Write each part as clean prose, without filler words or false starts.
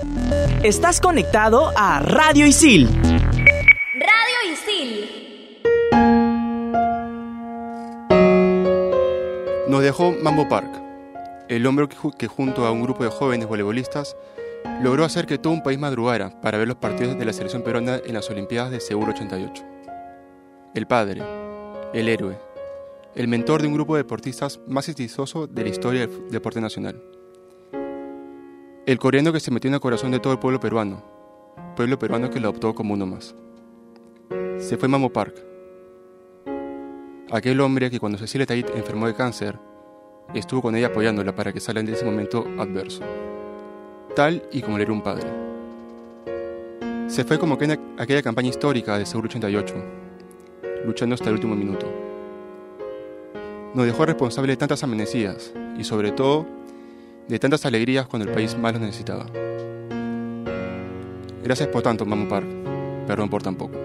Estás conectado a Radio Isil. Radio Isil. Nos dejó Mambo Park, el hombre que junto a un grupo de jóvenes voleibolistas logró hacer que todo un país madrugara para ver los partidos de la selección peruana en las Olimpiadas de Seúl 88. El padre, el héroe, el mentor de un grupo de deportistas más exitoso de la historia del deporte nacional. El coreano que se metió en el corazón de todo el pueblo peruano que lo adoptó como uno más. Se fue Mambo Park, aquel hombre que cuando Cecilia Tait enfermó de cáncer, estuvo con ella apoyándola para que salga de ese momento adverso, tal y como le era un padre. Se fue como que en aquella campaña histórica de Seúl 88, luchando hasta el último minuto. Nos dejó responsable de tantas amanecidas y sobre todo de tantas alegrías cuando el país más lo necesitaba. Gracias por tanto, Mambo Park. Perdón por tan poco.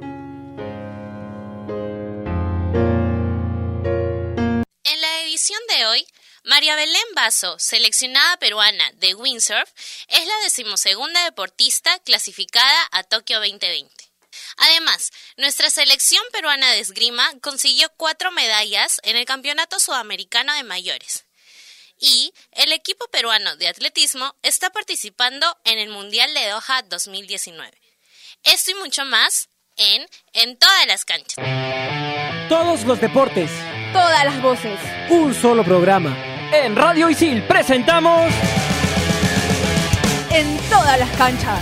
En la edición de hoy, María Belén Basso, seleccionada peruana de windsurf, es la 12ª deportista clasificada a Tokio 2020. Además, nuestra selección peruana de esgrima consiguió 4 medallas en el Campeonato Sudamericano de Mayores. Y el equipo peruano de atletismo está participando en el Mundial de Doha 2019. Esto y mucho más en todas las canchas. Todos los deportes. Todas las voces. Un solo programa. En Radio Isil presentamos En todas las canchas.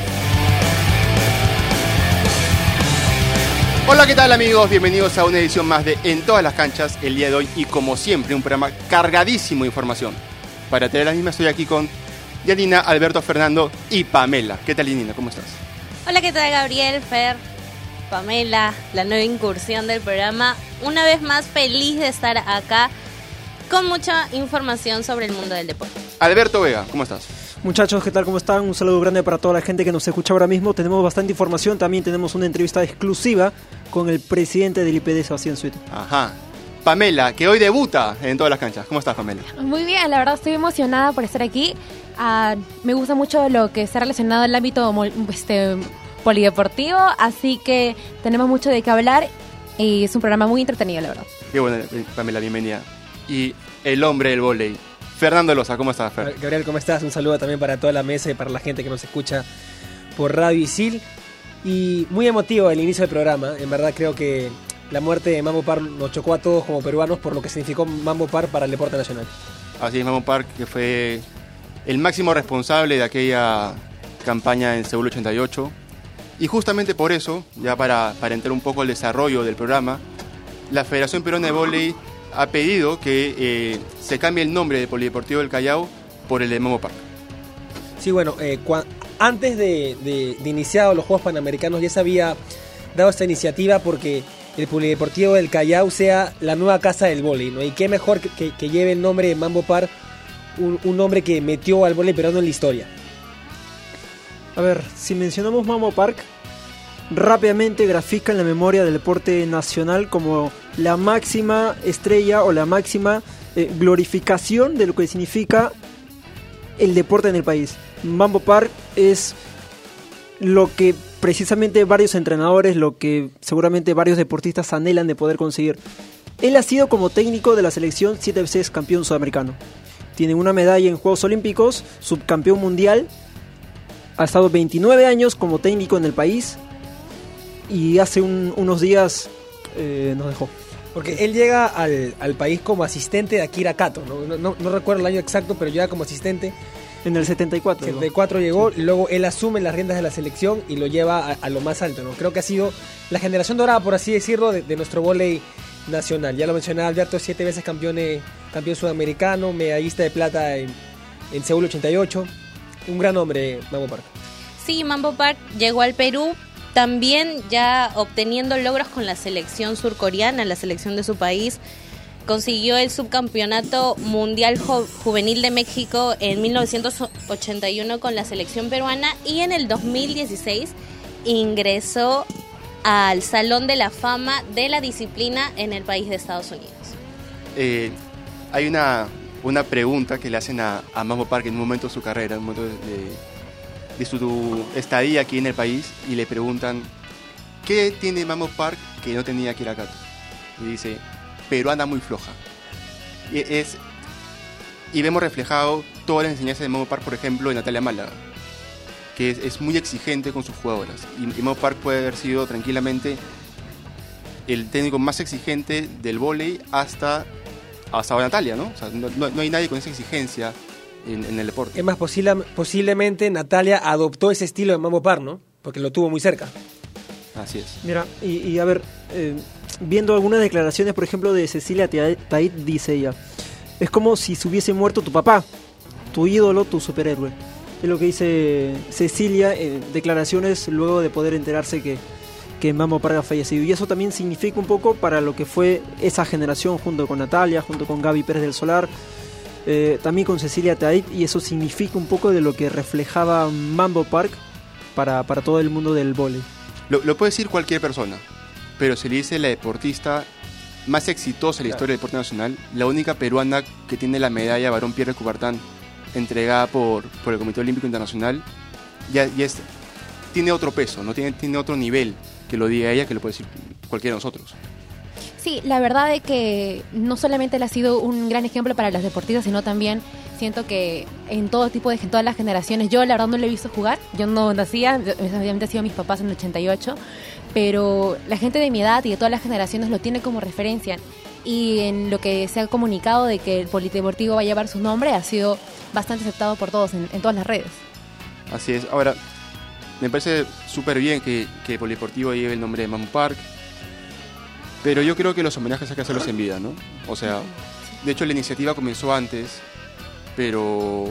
Hola, ¿qué tal amigos? Bienvenidos a una edición más de En todas las canchas el día de hoy y como siempre un programa cargadísimo de información. Para tener la misma estoy aquí con Yanina, Alberto, Fernando y Pamela. ¿Qué tal, Yanina? ¿Cómo estás? Hola, ¿qué tal, Gabriel, Fer, Pamela? La nueva incursión del programa. Una vez más feliz de estar acá con mucha información sobre el mundo del deporte. Alberto Vega, ¿cómo estás? Muchachos, ¿qué tal? ¿Cómo están? Un saludo grande para toda la gente que nos escucha ahora mismo. Tenemos bastante información, también tenemos una entrevista exclusiva con el presidente del IPD, Sebastián Suite. Ajá. Pamela, que hoy debuta en todas las canchas. ¿Cómo estás, Pamela? Muy bien, la verdad estoy emocionada por estar aquí. Me gusta mucho lo que está relacionado al ámbito polideportivo, así que tenemos mucho de qué hablar y es un programa muy entretenido, la verdad. Qué bueno, Pamela, bienvenida. Y el hombre del vóley, Fernando Loza, ¿cómo estás, Fer? Gabriel, ¿cómo estás? Un saludo también para toda la mesa y para la gente que nos escucha por Radio Isil. Y muy emotivo el inicio del programa. En verdad creo que la muerte de Mambo Park nos chocó a todos como peruanos por lo que significó Mambo Park para el deporte nacional. Así es, Mambo Park, que fue el máximo responsable de aquella campaña en Seúl 88. Y justamente por eso, ya para entrar un poco al desarrollo del programa, la Federación Peruana de Vóley ha pedido que se cambie el nombre de Polideportivo del Callao por el de Mambo Park. Sí, bueno, antes de iniciar los Juegos Panamericanos ya se había dado esta iniciativa porque el Polideportivo del Callao sea la nueva casa del vóley, ¿no? Y qué mejor que lleve el nombre de Mambo Park, un nombre que metió al vóley peruano en la historia. A ver, si mencionamos Mambo Park, rápidamente grafica en la memoria del deporte nacional como la máxima estrella o la máxima glorificación de lo que significa el deporte en el país. Mambo Park es lo que precisamente varios entrenadores, lo que seguramente varios deportistas anhelan de poder conseguir. Él ha sido como técnico de la selección 7 veces campeón sudamericano. Tiene una medalla en Juegos Olímpicos, subcampeón mundial. Ha estado 29 años como técnico en el país y hace unos días nos dejó. Porque él llega al país como asistente de Akira Kato, no recuerdo el año exacto, pero llega como asistente. En el 74. 74 llegó, y luego él asume las riendas de la selección y lo lleva a lo más alto, ¿no? Creo que ha sido la generación dorada, por así decirlo, de nuestro vóley nacional. Ya lo mencionaba Alberto, 7 veces campeón sudamericano, medallista de plata en Seúl 88. Un gran hombre, Mambo Park. Sí, Mambo Park llegó al Perú también ya obteniendo logros con la selección surcoreana, la selección de su país. Consiguió el subcampeonato mundial juvenil de México en 1981 con la selección peruana y en el 2016 ingresó al Salón de la Fama de la disciplina en el país de Estados Unidos. Hay una pregunta que le hacen a Mambo Park en un momento de su carrera, en un momento de su estadía aquí en el país y le preguntan ¿qué tiene Mammoth Park que no tenía Kirakato? Y dice, peruana muy floja. Y vemos reflejado todas las enseñanzas de Mammoth Park, por ejemplo, en Natalia Málaga, que es muy exigente con sus jugadoras. Y Mammoth Park puede haber sido tranquilamente el técnico más exigente del vóley hasta Natalia, ¿no? O sea, no hay nadie con esa exigencia en el deporte. Es más, posiblemente Natalia adoptó ese estilo de Mammoth Park, ¿no? Porque lo tuvo muy cerca. Así es. Mira, y a ver, viendo algunas declaraciones, por ejemplo, de Cecilia Tait, dice ella, es como si se hubiese muerto tu papá, tu ídolo, tu superhéroe. Es lo que dice Cecilia en declaraciones luego de poder enterarse que Mammoth Park ha fallecido. Y eso también significa un poco para lo que fue esa generación, junto con Natalia, junto con Gaby Pérez del Solar, también con Cecilia Tait, y eso significa un poco de lo que reflejaba Mammoth Park para todo el mundo del vóley. Lo puede decir cualquier persona, pero se le dice la deportista más exitosa en la historia del deporte nacional, la única peruana que tiene la medalla Barón Pierre de Coubertin entregada por el Comité Olímpico Internacional, tiene otro peso, ¿no? Tiene otro nivel que lo diga ella, que lo puede decir cualquiera de nosotros. Sí, la verdad es que no solamente él ha sido un gran ejemplo para las deportistas, sino también siento que en todas las generaciones, yo la verdad no lo he visto jugar, yo no nacía, obviamente han sido mis papás en el 88, pero la gente de mi edad y de todas las generaciones lo tiene como referencia, y en lo que se ha comunicado de que el polideportivo va a llevar su nombre ha sido bastante aceptado por todos en todas las redes. Así es. Ahora, me parece súper bien que el polideportivo lleve el nombre de Mammoth Park, pero yo creo que los homenajes hay que hacerlos en vida, ¿no? O sea, de hecho la iniciativa comenzó antes, pero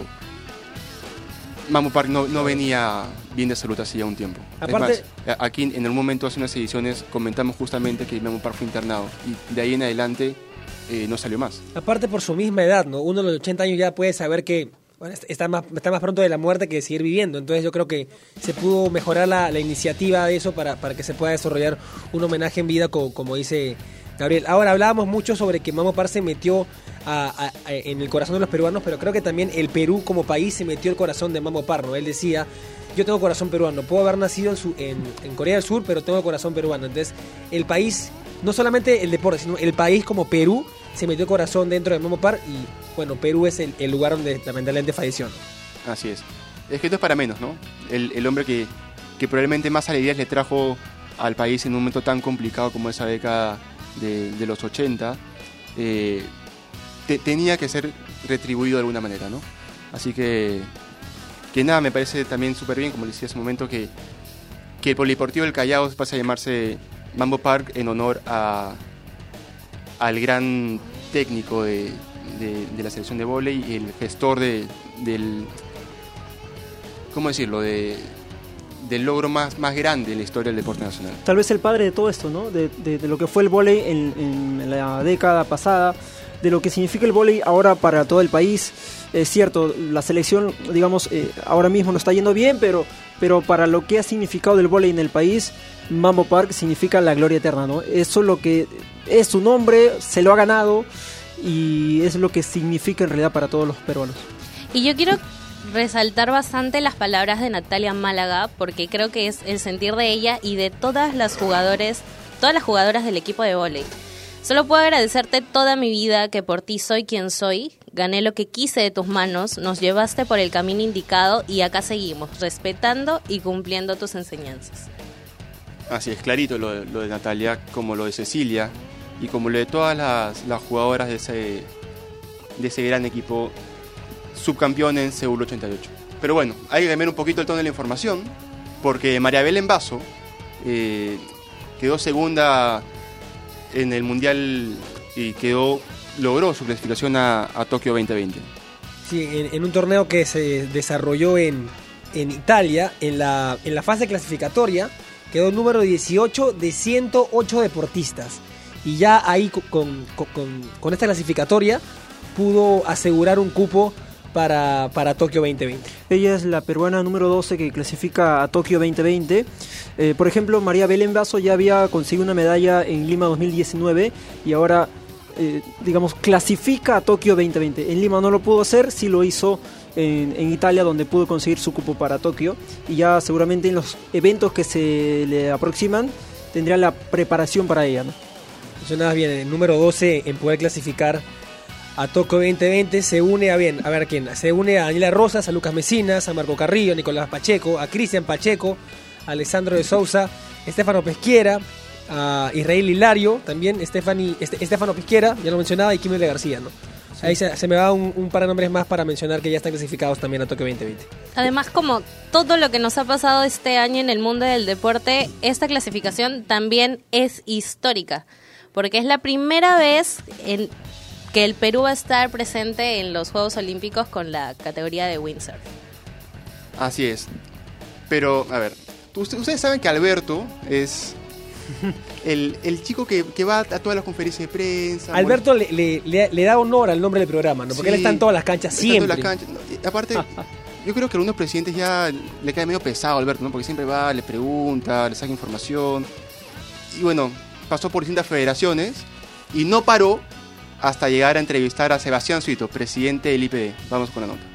Mammoth Park no venía bien de salud hacía un tiempo. Aparte, es más, aquí en un momento hace unas ediciones comentamos justamente que Mammoth Park fue internado y de ahí en adelante no salió más. Aparte por su misma edad, ¿no? Uno a los 80 años ya puede saber que está más pronto de la muerte que de seguir viviendo. Entonces yo creo que se pudo mejorar la iniciativa de eso para que se pueda desarrollar un homenaje en vida, como dice Gabriel. Ahora, hablábamos mucho sobre que Mammoth Park se metió en el corazón de los peruanos, pero creo que también el Perú como país se metió el corazón de Mammoth Park, ¿no? Él decía, yo tengo corazón peruano, puedo haber nacido en Corea del Sur, pero tengo el corazón peruano. Entonces el país, no solamente el deporte, sino el país como Perú se metió el corazón dentro de Mammoth Park, y bueno, Perú es el lugar donde lamentablemente falleció, ¿no? Así es. Es que esto es para menos, ¿no? El hombre que probablemente más alegrías le trajo al país en un momento tan complicado como esa década de los 80, tenía que ser retribuido de alguna manera, ¿no? Así que nada, me parece también súper bien, como le decía hace un momento, que el Polideportivo del Callao pase a llamarse Mammoth Park en honor al gran técnico de la selección de vóley y el gestor del ¿cómo decirlo? Del logro más grande en la historia del deporte nacional. Tal vez el padre de todo esto, ¿no? De lo que fue el vóley en la década pasada, de lo que significa el vóley ahora para todo el país. Es cierto, la selección, digamos, ahora mismo no está yendo bien, pero para lo que ha significado el vóley en el país, Mammoth Park significa la gloria eterna, ¿no? Eso es lo que es su nombre, se lo ha ganado y es lo que significa en realidad para todos los peruanos. Y yo quiero resaltar bastante las palabras de Natalia Málaga, porque creo que es el sentir de ella y de todas las jugadoras del equipo de vóley. Solo puedo agradecerte toda mi vida, que por ti soy quien soy, gané lo que quise de tus manos, nos llevaste por el camino indicado y acá seguimos, respetando y cumpliendo tus enseñanzas. Así es, clarito lo de Natalia, como lo de Cecilia y como lo de todas las jugadoras de ese gran equipo subcampeón en Seúl 88. Pero bueno, hay que cambiar un poquito el tono de la información, porque María Belén Basso quedó segunda en el Mundial y logró su clasificación a Tokio 2020. Sí, en un torneo que se desarrolló en Italia, en la fase clasificatoria, quedó número 18 de 108 deportistas. Y ya ahí con esta clasificatoria pudo asegurar un cupo para Tokio 2020. Ella es la peruana número 12 que clasifica a Tokio 2020. Por ejemplo, María Belén Basso ya había conseguido una medalla en Lima 2019 y ahora, clasifica a Tokio 2020. En Lima no lo pudo hacer, sí lo hizo en Italia, donde pudo conseguir su cupo para Tokio, y ya seguramente en los eventos que se le aproximan tendría la preparación para ella, ¿no? Mencionabas bien, el número 12 en poder clasificar a Tokio 2020 se une a ver quién, se une a Daniela Rosas, a Lucas Mesinas, a Marco Carrillo, a Nicolás Pacheco, a Cristian Pacheco, a Alessandro de Sousa, Estefano Pesquiera, a Israel Hilario, también Estefano Pesquiera, ya lo mencionaba, y Kimberly García, ¿no? Sí. Ahí se me va un par de nombres más para mencionar que ya están clasificados también a Tokio 2020. Además, como todo lo que nos ha pasado este año en el mundo del deporte, esta clasificación también es histórica, porque es la primera vez que el Perú va a estar presente en los Juegos Olímpicos con la categoría de windsurf. Así es. Pero, a ver, ustedes saben que Alberto es el chico que va a todas las conferencias de prensa. Alberto le da honor al nombre del programa, ¿no? Porque él está en todas las canchas siempre. Está en todas las canchas. No, aparte, yo creo que a algunos presidentes ya le cae medio pesado a Alberto, ¿no? Porque siempre va, le pregunta, le saca información. Y bueno, pasó por distintas federaciones y no paró hasta llegar a entrevistar a Sebastián Suito, presidente del IPD. Vamos con la nota.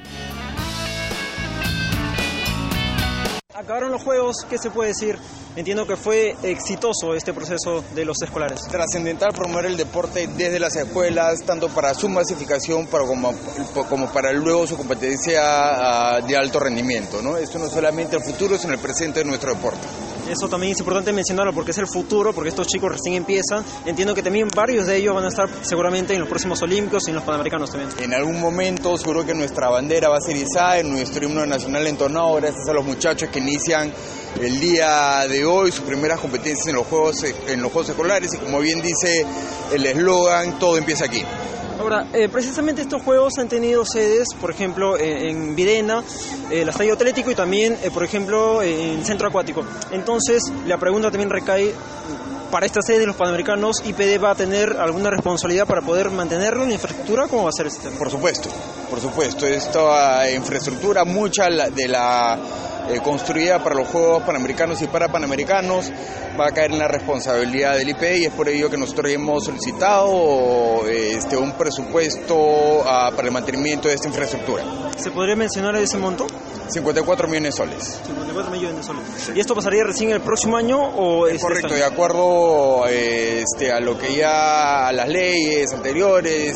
Acabaron los juegos, ¿qué se puede decir? Entiendo que fue exitoso este proceso de los escolares. Trascendental promover el deporte desde las escuelas, tanto para su masificación como para luego su competencia de alto rendimiento, ¿no? Esto no es solamente el futuro, sino el presente de nuestro deporte. Eso también es importante mencionarlo porque es el futuro, porque estos chicos recién empiezan. Entiendo que también varios de ellos van a estar seguramente en los próximos Olímpicos y en los Panamericanos también. En algún momento seguro que nuestra bandera va a ser izada, en nuestro himno nacional entonado, gracias a los muchachos que inician el día de hoy sus primeras competencias en los Juegos Escolares, y como bien dice el eslogan, todo empieza aquí. Ahora, precisamente estos juegos han tenido sedes, por ejemplo, en Videna, el Estadio Atlético y también, por ejemplo, en Centro Acuático. Entonces, la pregunta también recae, para esta sede de los Panamericanos, ¿IPD va a tener alguna responsabilidad para poder mantenerlo en infraestructura? ¿Cómo va a ser este tema? Por supuesto. Esta infraestructura, mucha de la construida para los Juegos Panamericanos y para Panamericanos, va a caer en la responsabilidad del IPD, y es por ello que nosotros hemos solicitado un presupuesto para el mantenimiento de esta infraestructura. ¿Se podría mencionar ese monto? 54 millones de soles. 54 millones de soles. Sí. ¿Y esto pasaría recién el próximo año o es correcto, de acuerdo a lo que a las leyes anteriores,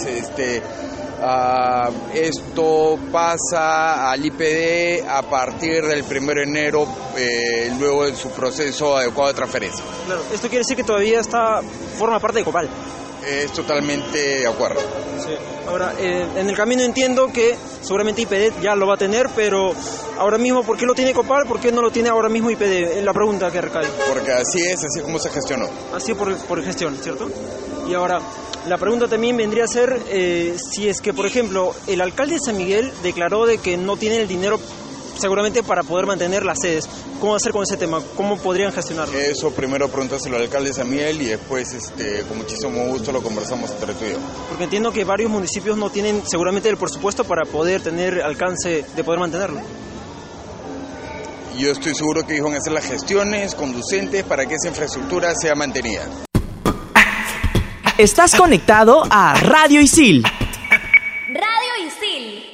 esto pasa al IPD a partir del 1 de enero, luego de su proceso adecuado de transferencia. Claro, esto quiere decir que todavía forma parte de Copal. Es totalmente de acuerdo. Sí. Ahora, en el camino entiendo que seguramente IPD ya lo va a tener, pero ahora mismo, ¿por qué lo tiene Copal? ¿Por qué no lo tiene ahora mismo IPD? Es la pregunta que recae. Porque así como se gestionó. Así por gestión, ¿cierto? Y ahora, la pregunta también vendría a ser si es que, por ejemplo, el alcalde de San Miguel declaró de que no tiene el dinero seguramente para poder mantener las sedes. ¿Cómo hacer con ese tema? ¿Cómo podrían gestionarlo? Eso primero pregúntaselo al alcalde de San Miguel y después con muchísimo gusto lo conversamos entre tú y yo. Porque entiendo que varios municipios no tienen seguramente el presupuesto para poder tener alcance de poder mantenerlo. Yo estoy seguro que ellos van a hacer las gestiones conducentes para que esa infraestructura sea mantenida. Estás conectado a Radio Isil. Radio Isil.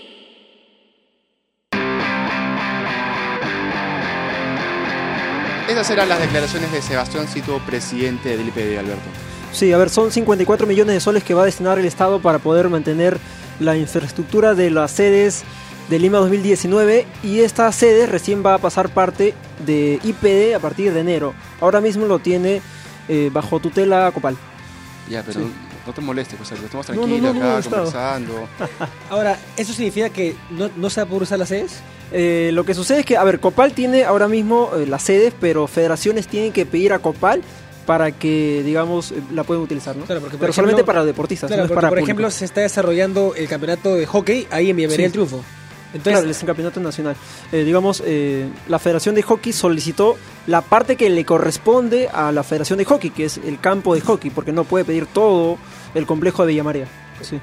Esas eran las declaraciones de Sebastián Suito, presidente del IPD, Alberto. Sí, a ver, son 54 millones de soles que va a destinar el Estado para poder mantener la infraestructura de las sedes de Lima 2019, y esta sede recién va a pasar parte de IPD a partir de enero. Ahora mismo lo tiene bajo tutela Copal. Ya, pero sí. No te molestes, José, estamos tranquilos acá conversando. Ahora, ¿eso significa que no se va a poder usar las sedes? Lo que sucede es que, a ver, Copal tiene ahora mismo las sedes, pero federaciones tienen que pedir a Copal para que, digamos, la pueden utilizar, ¿no? Claro, porque, pero solamente para los deportistas, claro, no es porque, para por público. ejemplo, se está desarrollando el campeonato de hockey ahí en Bienvenida del Triunfo. Entonces, claro, es un campeonato nacional. La Federación de Hockey solicitó la parte que le corresponde a la Federación de Hockey, que es el campo de hockey, porque no puede pedir todo el complejo de Villa María. Sí.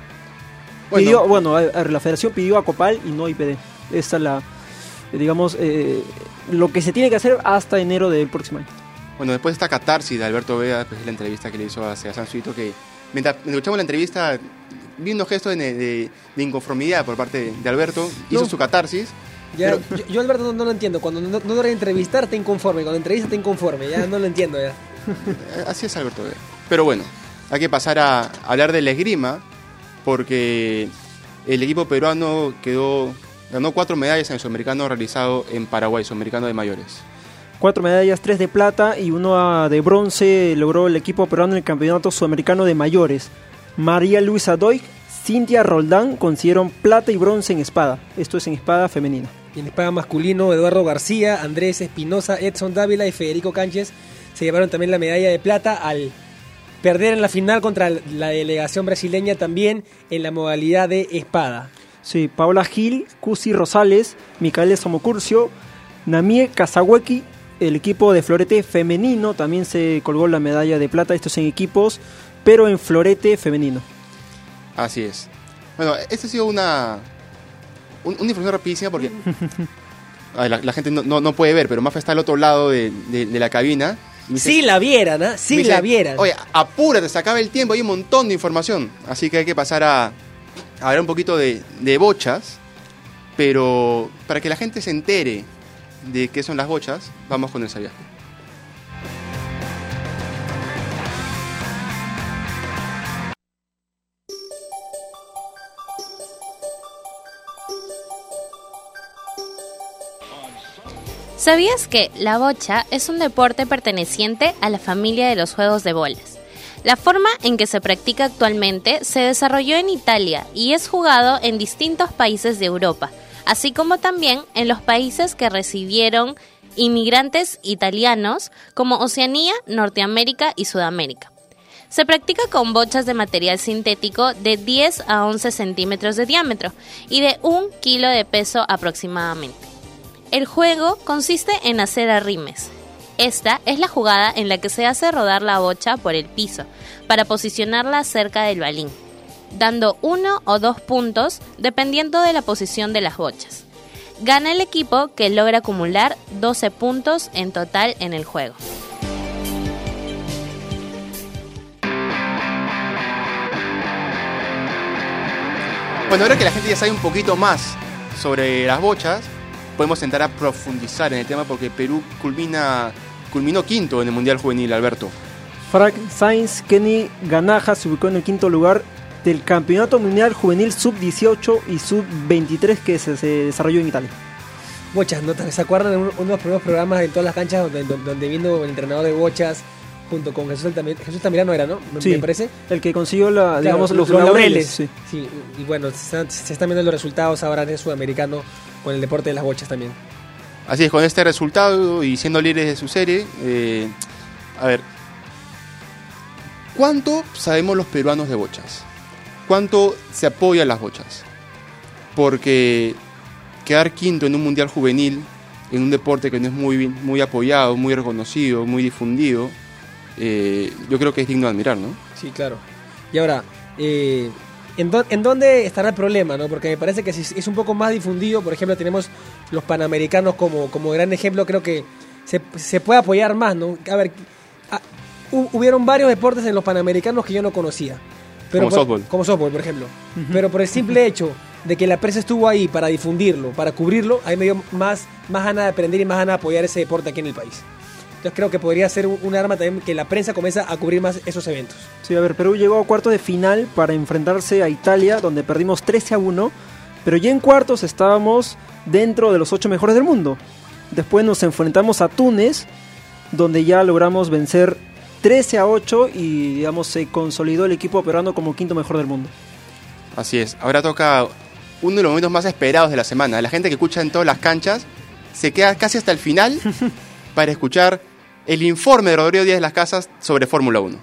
La Federación pidió a Copal y no IPD. Esta es la, lo que se tiene que hacer hasta enero del próximo año. Bueno, después de esta catarsis de Alberto Vea, después de la entrevista que le hizo a Sebastián Suito, que mientras escuchamos la entrevista, vi unos gestos de inconformidad por parte de Alberto, hizo su catarsis. Ya, pero yo Alberto no lo entiendo. Cuando no logra entrevistarte inconforme, cuando entrevistas te inconforme, ya no lo entiendo ya. así es Alberto. Pero bueno, hay que pasar a hablar de la esgrima, porque el equipo peruano ganó 4 medallas en el sudamericano realizado en Paraguay, sudamericano de mayores. 4 medallas, 3 de plata y 1 de bronce logró el equipo peruano en el campeonato sudamericano de mayores. María Luisa Doig, Cintia Roldán consiguieron plata y bronce en espada. Esto es en espada femenina. Y en espada masculino, Eduardo García, Andrés Espinosa, Edson Dávila y Federico Cánchez se llevaron también la medalla de plata al perder en la final contra la delegación brasileña también en la modalidad de espada. Sí, Paola Gil, Cusi Rosales, Micaela Somocurcio, Namie Casahuequi, el equipo de florete femenino también se colgó la medalla de plata. Estos en equipos, pero en florete femenino. Así es. Bueno, esta ha sido una información rapidísima porque la gente no puede ver, pero Mafe está al otro lado de la cabina. Sí la vieran, ¿eh? Sí la vieran. Oye, apúrate, se acaba el tiempo, hay un montón de información. Así que hay que pasar a hablar un poquito de bochas, pero para que la gente se entere de qué son las bochas, vamos con el Sabiaje. ¿Sabías que la bocha es un deporte perteneciente a la familia de los juegos de bolas? La forma en que se practica actualmente se desarrolló en Italia y es jugado en distintos países de Europa, así como también en los países que recibieron inmigrantes italianos como Oceanía, Norteamérica y Sudamérica. Se practica con bochas de material sintético de 10 a 11 centímetros de diámetro y de 1 kilo de peso aproximadamente. El juego consiste en hacer arrimes. Esta es la jugada en la que se hace rodar la bocha por el piso para posicionarla cerca del balín, dando 1 o 2 puntos dependiendo de la posición de las bochas. Gana el equipo que logra acumular 12 puntos en total en el juego. Bueno, ahora que la gente ya sabe un poquito más sobre las bochas, podemos entrar a profundizar en el tema porque Perú culminó quinto en el Mundial Juvenil, Alberto. Frank Sainz Kenny Ganaja se ubicó en el quinto lugar del Campeonato Mundial Juvenil Sub-18 y Sub-23 que se desarrolló en Italia. Bochas, ¿no? ¿Se acuerdan de uno de los primeros programas en todas las canchas donde vino el entrenador de bochas junto con Jesús Altamirano era, ¿no? Sí, me parece. El que consiguió digamos, los laureles. Sí. Sí, y bueno, se están viendo los resultados ahora en el sudamericano con el deporte de las bochas también. Así es, con este resultado y siendo líderes de su serie, a ver, ¿cuánto sabemos los peruanos de bochas? ¿Cuánto se apoyan las bochas? Porque quedar quinto en un mundial juvenil, en un deporte que no es muy apoyado, muy reconocido, muy difundido, yo creo que es digno de admirar, ¿no? Sí, claro. Y ahora, ¿en dónde estará el problema, no? Porque me parece que si es un poco más difundido, por ejemplo, tenemos los Panamericanos como gran ejemplo, creo que se puede apoyar más, ¿no? A ver, hubieron varios deportes en los Panamericanos que yo no conocía. Pero como softball, por ejemplo. Uh-huh. Pero por el simple hecho de que la prensa estuvo ahí para difundirlo, para cubrirlo, ahí me dio más ganas de aprender y más ganas de apoyar ese deporte aquí en el país. Entonces creo que podría ser un arma también que la prensa comienza a cubrir más esos eventos. Sí, a ver, Perú llegó a cuartos de final para enfrentarse a Italia, donde perdimos 13-1, pero ya en cuartos estábamos dentro de los 8 mejores del mundo. Después nos enfrentamos a Túnez, donde ya logramos vencer 13-8 y digamos se consolidó el equipo peruano como quinto mejor del mundo. Así es, ahora toca uno de los momentos más esperados de la semana. La gente que escucha en todas las canchas se queda casi hasta el final para escuchar el informe de Rodrigo Díaz de las Casas sobre Fórmula 1.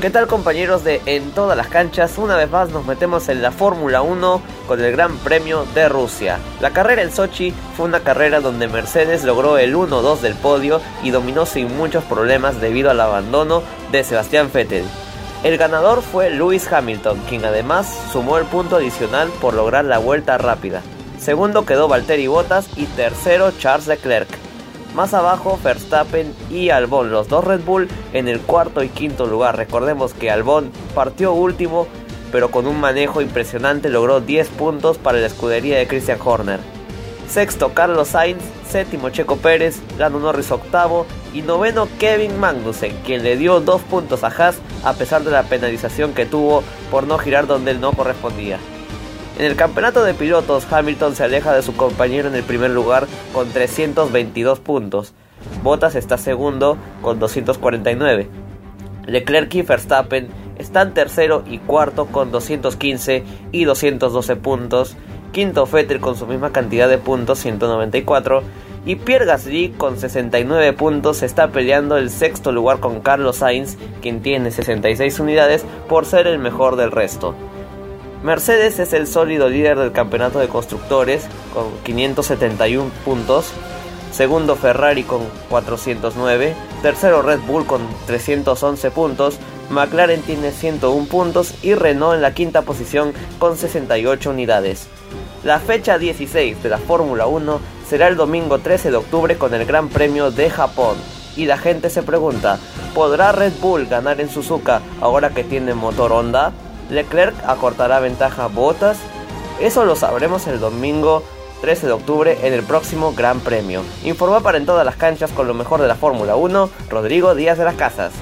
¿Qué tal, compañeros de En Todas las Canchas? Una vez más nos metemos en la Fórmula 1 con el Gran Premio de Rusia. La carrera en Sochi fue una carrera donde Mercedes logró el 1-2 del podio y dominó sin muchos problemas debido al abandono de Sebastián Vettel. El ganador fue Lewis Hamilton, quien además sumó el punto adicional por lograr la vuelta rápida. Segundo quedó Valtteri Bottas y tercero Charles Leclerc. Más abajo, Verstappen y Albon, los dos Red Bull, en el cuarto y quinto lugar. Recordemos que Albon partió último, pero con un manejo impresionante logró 10 puntos para la escudería de Christian Horner. Sexto, Carlos Sainz. Séptimo, Checo Pérez. Lando Norris octavo. Y noveno, Kevin Magnussen, quien le dio 2 puntos a Haas a pesar de la penalización que tuvo por no girar donde él no correspondía. En el campeonato de pilotos, Hamilton se aleja de su compañero en el primer lugar con 322 puntos. Bottas está segundo con 249. Leclerc y Verstappen están tercero y cuarto con 215 y 212 puntos. Quinto, Vettel con su misma cantidad de puntos, 194. Y Pierre Gasly con 69 puntos está peleando el sexto lugar con Carlos Sainz, quien tiene 66 unidades por ser el mejor del resto. Mercedes es el sólido líder del campeonato de constructores con 571 puntos. Segundo, Ferrari con 409. Tercero, Red Bull con 311 puntos. McLaren tiene 101 puntos y Renault en la quinta posición con 68 unidades. La fecha 16 de la Fórmula 1 será el domingo 13 de octubre con el Gran Premio de Japón. Y la gente se pregunta, ¿podrá Red Bull ganar en Suzuka ahora que tiene motor Honda? ¿Leclerc acortará ventaja a Bottas? Eso lo sabremos el domingo 13 de octubre en el próximo Gran Premio. Informó para En Todas las Canchas con lo mejor de la Fórmula 1, Rodrigo Díaz de las Casas.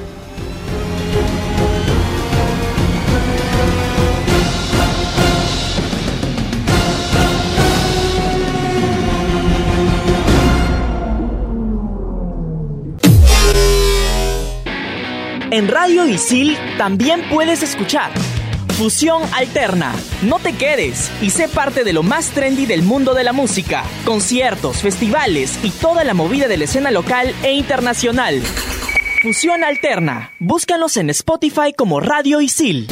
En Radio Isil también puedes escuchar Fusión Alterna. No te quedes y sé parte de lo más trendy del mundo de la música. Conciertos, festivales y toda la movida de la escena local e internacional. Fusión Alterna. Búscanos en Spotify como Radio Isil.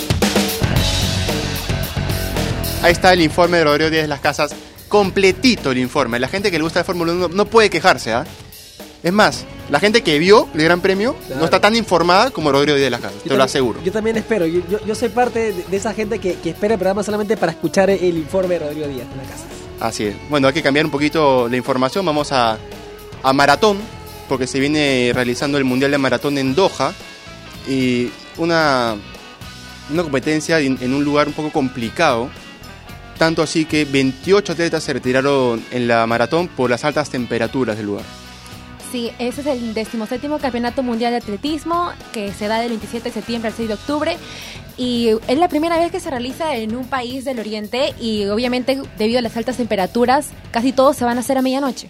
Ahí está el informe de Rodrigo Díaz de las Casas. Completito el informe. La gente que le gusta la Fórmula 1 no puede quejarse, ¿ah? Es más, la gente que vio el Gran Premio no está tan informada como Rodrigo Díaz de las Casas, te lo aseguro. Yo también espero, yo soy parte de esa gente que espera el programa solamente para escuchar el informe de Rodrigo Díaz de las Casas. Así es. Bueno, hay que cambiar un poquito la información, vamos a maratón, porque se viene realizando el Mundial de Maratón en Doha, y una competencia en un lugar un poco complicado, tanto así que 28 atletas se retiraron en la maratón por las altas temperaturas del lugar. Sí, ese es el 17º Campeonato Mundial de Atletismo que se da del 27 de septiembre al 6 de octubre y es la primera vez que se realiza en un país del Oriente y obviamente debido a las altas temperaturas casi todos se van a hacer a medianoche.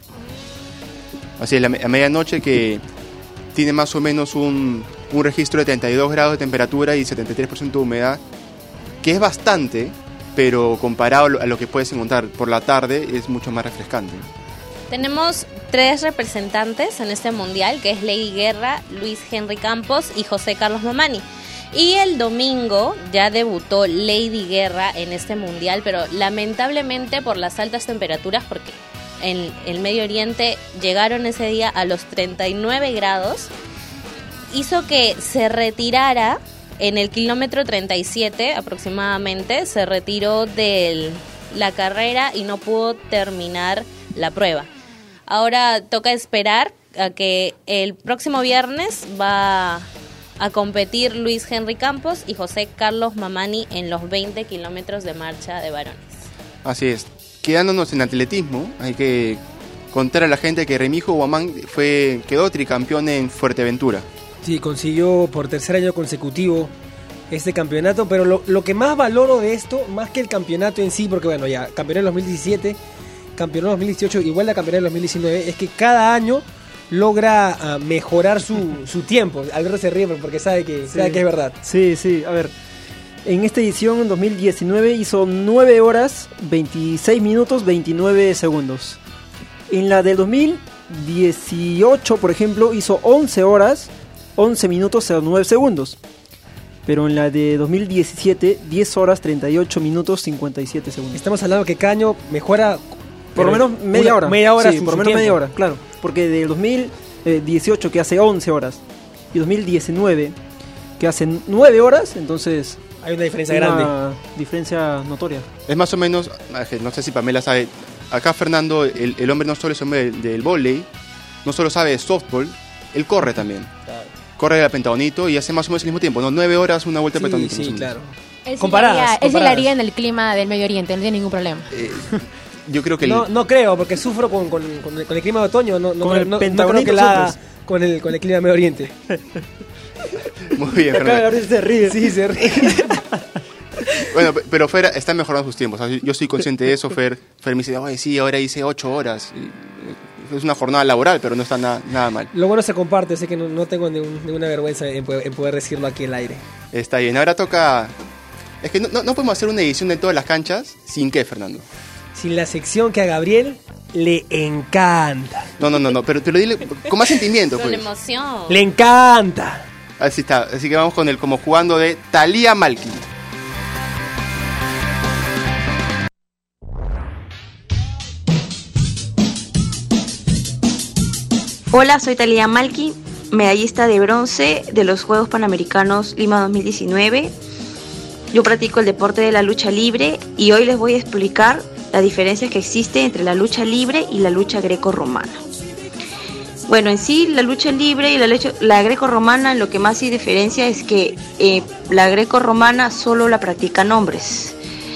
Así es, a medianoche que tiene más o menos un registro de 32 grados de temperatura y 73% de humedad, que es bastante, pero comparado a lo que puedes encontrar por la tarde es mucho más refrescante. Tenemos 3 representantes en este mundial, que es Lady Guerra, Luis Henry Campos y José Carlos Mamani. Y el domingo ya debutó Lady Guerra en este mundial, pero lamentablemente por las altas temperaturas, porque en el Medio Oriente llegaron ese día a los 39 grados, hizo que se retirara en el kilómetro 37 aproximadamente, se retiró de la carrera y no pudo terminar la prueba. Ahora toca esperar a que el próximo viernes va a competir Luis Henry Campos y José Carlos Mamani en los 20 kilómetros de marcha de varones. Así es. Quedándonos en atletismo, hay que contar a la gente que Remigio Guamán quedó tricampeón en Fuerteventura. Sí, consiguió por tercer año consecutivo este campeonato, pero lo que más valoro de esto, más que el campeonato en sí, porque bueno, ya campeón en 2017, campeón en 2018, igual la campeón en 2019, es que cada año logra mejorar su tiempo. Alberto se ríe porque sabe que es verdad. Sí, a ver, en esta edición en 2019 hizo 9 horas, 26 minutos, 29 segundos. En la del 2018, por ejemplo, hizo 11 horas, 11 minutos, 09 segundos. pero en la de 2017, 10 horas 38 minutos 57 segundos. Estamos hablando que cada año mejora... Por lo menos media hora. Media hora. Sí, por lo menos media hora, claro. Porque del 2018, que hace 11 horas, y 2019, que hace 9 horas, entonces... Hay una diferencia grande. Una diferencia notoria. Es más o menos, no sé si Pamela sabe, acá Fernando, el hombre no solo es hombre del vóley, no solo sabe de softball, él corre también. Claro. Corre al pentagonito y hace más o menos el mismo tiempo, ¿no? 9 horas una vuelta al pentagonito. Sí, claro. Él se la haría en el clima del Medio Oriente, no tiene ningún problema. Yo creo que... No creo, porque sufro con el clima de otoño, no creo que la haga con el clima de Medio Oriente. Muy bien, Fernando. Se ríe. Sí, se ríe. Bueno, pero Fer está mejorando sus tiempos. Yo soy consciente de eso. Fer me dice, oye, sí, ahora hice 8 horas. Es una jornada laboral, pero no está nada mal. Lo bueno se comparte, sé que no tengo ninguna vergüenza en poder decirlo aquí al aire. Está bien, ahora toca... Es que no podemos hacer una edición de todas las canchas sin qué, Fernando. Sin la sección que a Gabriel le encanta. No, pero dile con más sentimiento, con pues. emoción. Le encanta. Así está, así que vamos con el como jugando de Thalía Malki. Hola, soy Thalía Malki, medallista de bronce de los Juegos Panamericanos Lima 2019. Yo practico el deporte de la lucha libre y hoy les voy a explicar la diferencia que existe entre la lucha libre y la lucha greco-romana. Bueno, en sí, la lucha libre y la greco-romana, lo que más sí diferencia es que la greco-romana solo la practican hombres.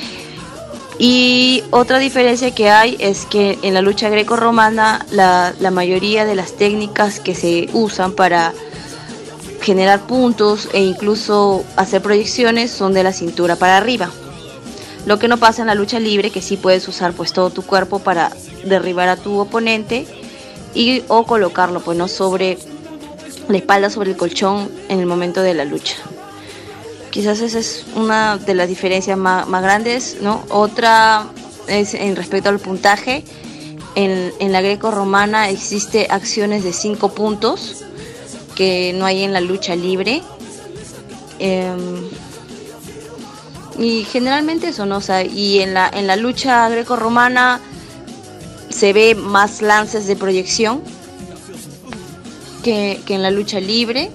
Y otra diferencia que hay es que en la lucha greco-romana la mayoría de las técnicas que se usan para generar puntos e incluso hacer proyecciones son de la cintura para arriba. Lo que no pasa en la lucha libre, que sí puedes usar pues todo tu cuerpo para derribar a tu oponente o colocarlo pues no sobre la espalda, sobre el colchón en el momento de la lucha. Quizás esa es una de las diferencias más grandes, ¿no? Otra es en respecto al puntaje. En la greco-romana existe acciones de 5 puntos que no hay en la lucha libre. Y generalmente eso, ¿no? O sea, y en la lucha greco-romana se ve más lances de proyección que en la lucha libre.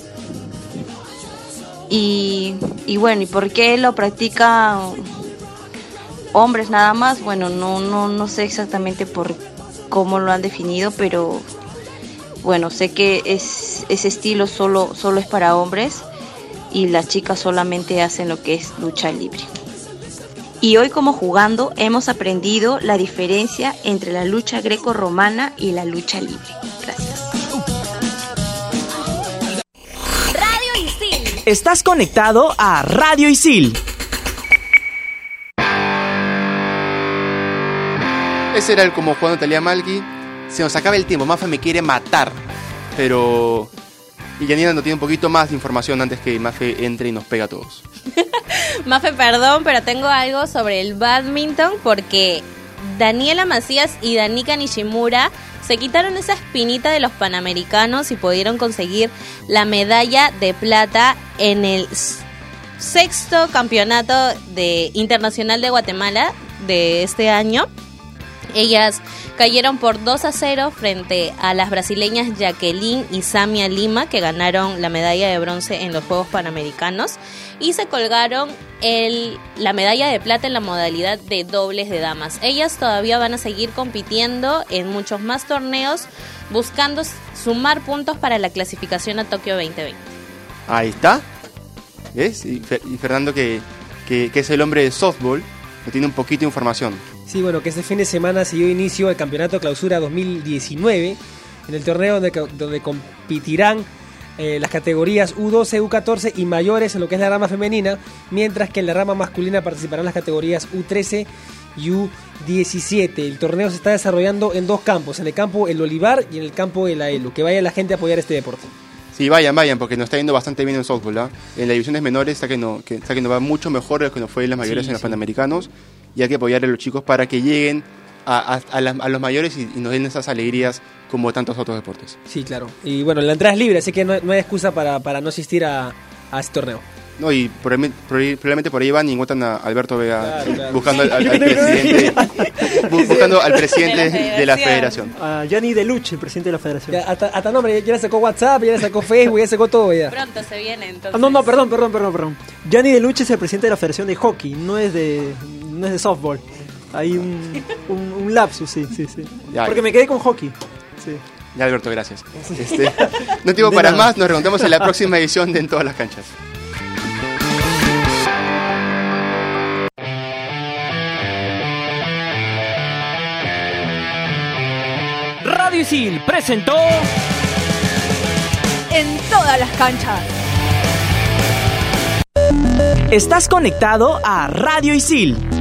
Y bueno, ¿y por qué lo practican hombres nada más? Bueno, no sé exactamente por cómo lo han definido, pero bueno, sé que ese estilo solo es para hombres y las chicas solamente hacen lo que es lucha libre. Y hoy como jugando hemos aprendido la diferencia entre la lucha greco-romana y la lucha libre. Gracias. Radio Isil. Estás conectado a Radio Isil. Ese era el como jugando Thalía Malki. Se nos acaba el tiempo, Mafe me quiere matar. Pero... Y Yanina nos tiene un poquito más de información antes que Mafe entre y nos pega a todos. Mafe, perdón, pero tengo algo sobre el bádminton porque Daniela Macías y Danica Nishimura se quitaron esa espinita de los Panamericanos y pudieron conseguir la medalla de plata en el 6º campeonato internacional de Guatemala de este año. Ellas cayeron por 2-0 frente a las brasileñas Jacqueline y Samia Lima, que ganaron la medalla de bronce en los Juegos Panamericanos, y se colgaron la medalla de plata en la modalidad de dobles de damas. Ellas todavía van a seguir compitiendo en muchos más torneos, buscando sumar puntos para la clasificación a Tokio 2020. Ahí está. ¿Ves? Y Fernando, que es el hombre de softball, que tiene un poquito de información. Sí, bueno, que este fin de semana se dio inicio al Campeonato Clausura 2019, en el torneo donde competirán las categorías U12, U14 y mayores en lo que es la rama femenina, mientras que en la rama masculina participarán las categorías U13 y U17. El torneo se está desarrollando en 2 campos, en el campo El Olivar y en el campo de la ELU. Que vaya la gente a apoyar este deporte. Sí, vayan, porque nos está yendo bastante bien en softball, ¿eh? En las divisiones menores está que nos va mucho mejor de lo que nos fue en las mayores en los Panamericanos, y hay que apoyar a los chicos para que lleguen a los mayores y nos den esas alegrías como tantos otros deportes. Sí, claro. Y bueno, la entrada es libre, así que no hay excusa para no asistir a este torneo. No, y probablemente por ahí van y votan a Alberto Vega, Claro. buscando al presidente, buscando al presidente de la federación. A Gianni Deluche, el presidente de la federación. Ya, hasta nombre, ya le sacó WhatsApp, ya le sacó Facebook, ya sacó todo ya. Pronto se viene entonces. No, perdón. Gianni Deluche es el presidente de la federación de hockey, no es de softball. Hay un lapsus, sí. Ya, Porque me quedé con hockey. Sí. Ya, Alberto, gracias. No tengo para nada. más, nos reencontramos en la próxima edición de En Todas las Canchas. Radio Isil presentó En todas las canchas. Estás conectado a Radio Isil.